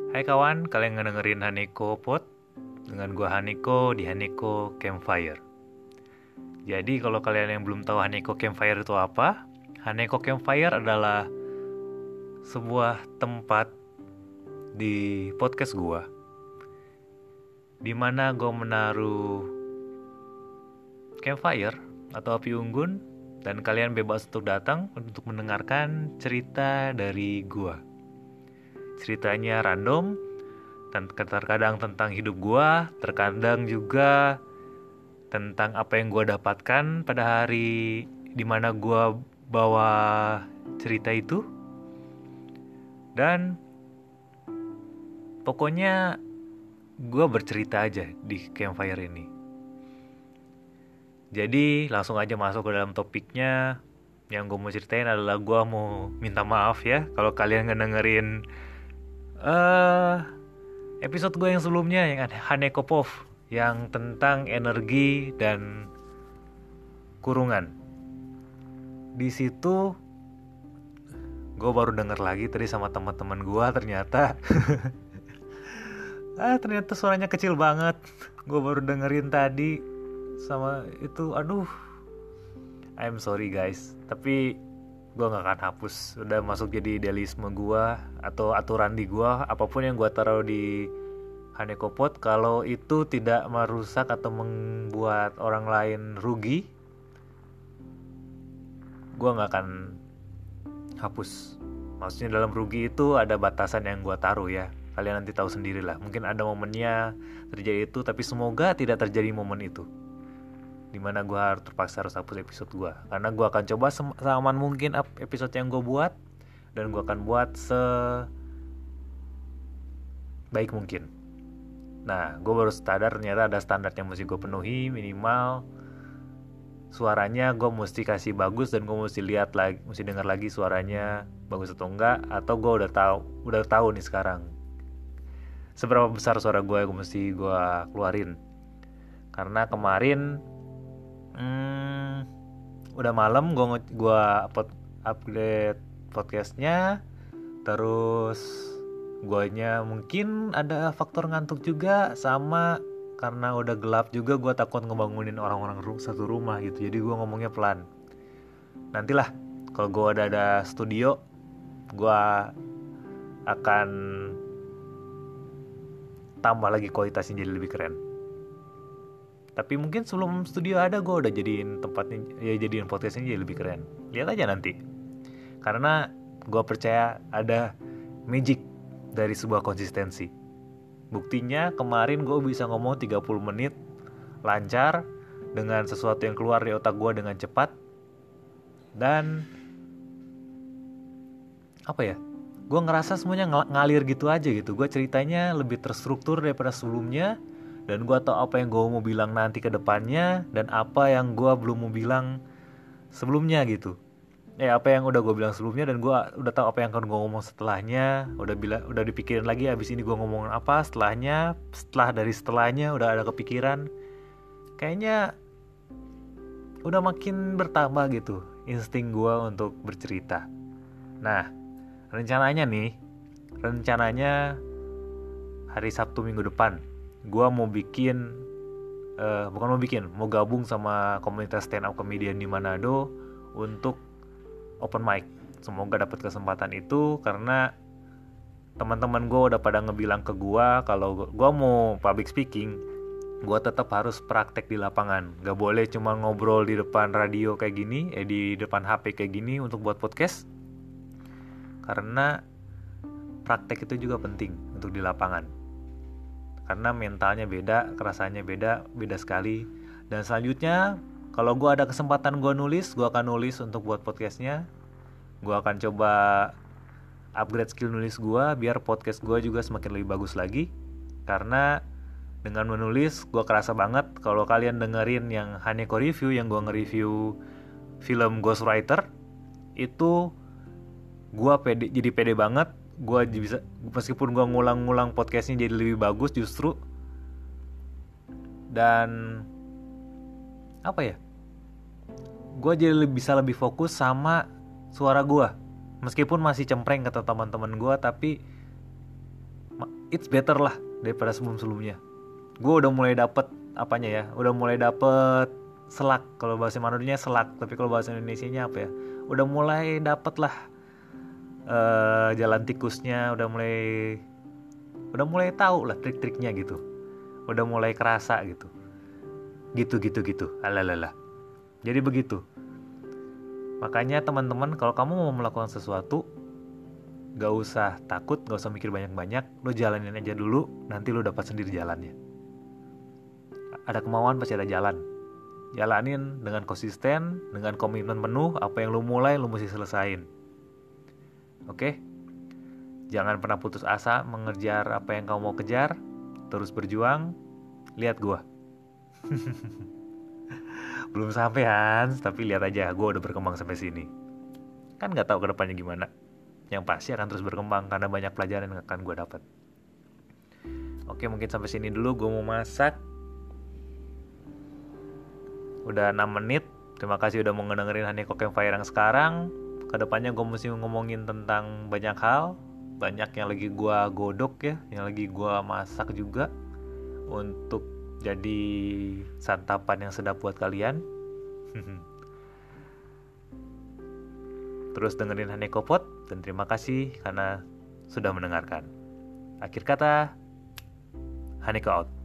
Hai kawan, kalian ngedengerin Haneko Pod dengan gua Haneko di Haneko Campfire. Jadi kalau kalian yang belum tahu Haneko Campfire itu apa, Haneko Campfire adalah sebuah tempat di podcast gua di mana gua menaruh campfire atau api unggun dan kalian bebas untuk datang untuk mendengarkan cerita dari gua. Ceritanya random, dan terkadang tentang hidup gua, terkadang juga tentang apa yang gua dapatkan pada hari dimana gua bawa cerita itu. Dan pokoknya gua bercerita aja di campfire ini. Jadi langsung aja masuk ke dalam topiknya. Yang gue mau ceritain adalah gue mau minta maaf ya kalau kalian ngedengerin episode gue yang sebelumnya yang Haneko Pov yang tentang energi dan kurungan. Di situ gue baru denger lagi tadi sama teman-teman gue ternyata ternyata suaranya kecil banget. Gue baru dengerin tadi sama itu, aduh, I'm sorry guys, tapi gue gak akan hapus. Udah masuk jadi idealisme gue atau aturan di gue, apapun yang gue taruh di Haneko Pod, kalau itu tidak merusak atau membuat orang lain rugi, gue gak akan hapus. Maksudnya dalam rugi itu ada batasan yang gue taruh ya. Kalian nanti tahu sendiri lah. Mungkin ada momennya terjadi itu, tapi semoga tidak terjadi momen itu dimana gue terpaksa harus hapus episode gue, karena gue akan coba seaman mungkin episode yang gue buat, dan gue akan buat sebaik mungkin. Nah, gue baru sadar ternyata ada standar yang mesti gue penuhi. Minimal suaranya gue mesti kasih bagus, dan gue mesti lihat lagi, mesti dengar lagi suaranya bagus atau enggak, atau gue udah tahu nih sekarang seberapa besar suara gue mesti gue keluarin. Karena kemarin udah malam gue update podcastnya, terus guanya mungkin ada faktor ngantuk juga, sama karena udah gelap juga gue takut ngebangunin orang-orang satu rumah gitu, jadi gue ngomongnya pelan. Nantilah kalau gue ada studio, gue akan tambah lagi kualitasnya jadi lebih keren. Tapi mungkin sebelum studio ada, gue udah jadiin tempatnya, ya jadiin podcastnya jadi lebih keren. Lihat aja nanti. Karena gue percaya ada magic dari sebuah konsistensi. Buktinya kemarin gue bisa ngomong 30 menit lancar, dengan sesuatu yang keluar di otak gue dengan cepat. Dan apa ya, gue ngerasa semuanya ngalir gitu aja gitu. Gue ceritanya lebih terstruktur daripada sebelumnya, dan gue tahu apa yang gue mau bilang nanti ke depannya, dan apa yang gue belum mau bilang sebelumnya gitu. Apa yang udah gue bilang sebelumnya, dan gue udah tahu apa yang akan gue ngomong setelahnya. Udah dipikirin lagi abis ini gue ngomongin apa setelahnya. Setelahnya udah ada kepikiran. Kayaknya udah makin bertambah gitu insting gue untuk bercerita. Nah, rencananya hari Sabtu minggu depan gue mau mau gabung sama komunitas stand up comedian di Manado untuk open mic. Semoga dapat kesempatan itu, karena teman-teman gue udah pada ngebilang ke gue kalau gue mau public speaking, gue tetap harus praktek di lapangan. Gak boleh cuma ngobrol di depan radio kayak gini, di depan HP kayak gini untuk buat podcast. Karena praktek itu juga penting untuk di lapangan. Karena mentalnya beda, kerasanya beda sekali. Dan selanjutnya, kalau gue ada kesempatan gue akan nulis untuk buat podcastnya. Gue akan coba upgrade skill nulis gue, biar podcast gue juga semakin lebih bagus lagi. Karena dengan menulis, gue kerasa banget kalau kalian dengerin yang Haneko Review, yang gue nge-review film Ghostwriter, itu gue jadi pede banget. Gue bisa, meskipun gue ngulang-ngulang podcastnya jadi lebih bagus justru. Dan apa ya, gue jadi bisa lebih fokus sama suara gue. Meskipun masih cempreng kata teman-teman gue, tapi it's better lah daripada sebelum-sebelumnya. Gue udah mulai dapet udah mulai dapet selak. Kalau bahasa Manado-nya selak, tapi kalau bahasa Indonesia-nya apa ya, udah mulai dapet lah jalan tikusnya, udah mulai tahu lah trik-triknya gitu, udah mulai kerasa gitu. Alalala. Jadi begitu. Makanya teman-teman, kalau kamu mau melakukan sesuatu, gak usah takut, gak usah mikir banyak-banyak, lo jalanin aja dulu, nanti lo dapat sendiri jalannya. Ada kemauan pasti ada jalan. Jalanin dengan konsisten, dengan komitmen penuh. Apa yang lo mulai lo mesti selesain. Oke? Jangan pernah putus asa mengejar apa yang kamu mau kejar. Terus berjuang. Lihat gua. Belum sampai Hans, tapi lihat aja gua udah berkembang sampai sini. Kan gak tahu kedepannya gimana. Yang pasti akan terus berkembang karena banyak pelajaran yang akan gue dapat. Oke, mungkin sampai sini dulu. Gue mau masak. Udah 6 menit. Terima kasih udah mau ngedengerin Honey Cook Campfire yang sekarang. Kedepannya gue mesti ngomongin tentang banyak hal. Banyak yang lagi gue godok ya, yang lagi gue masak juga untuk jadi santapan yang sedap buat kalian. Terus dengerin Honey Kopot, dan terima kasih karena sudah mendengarkan. Akhir kata, Honey out.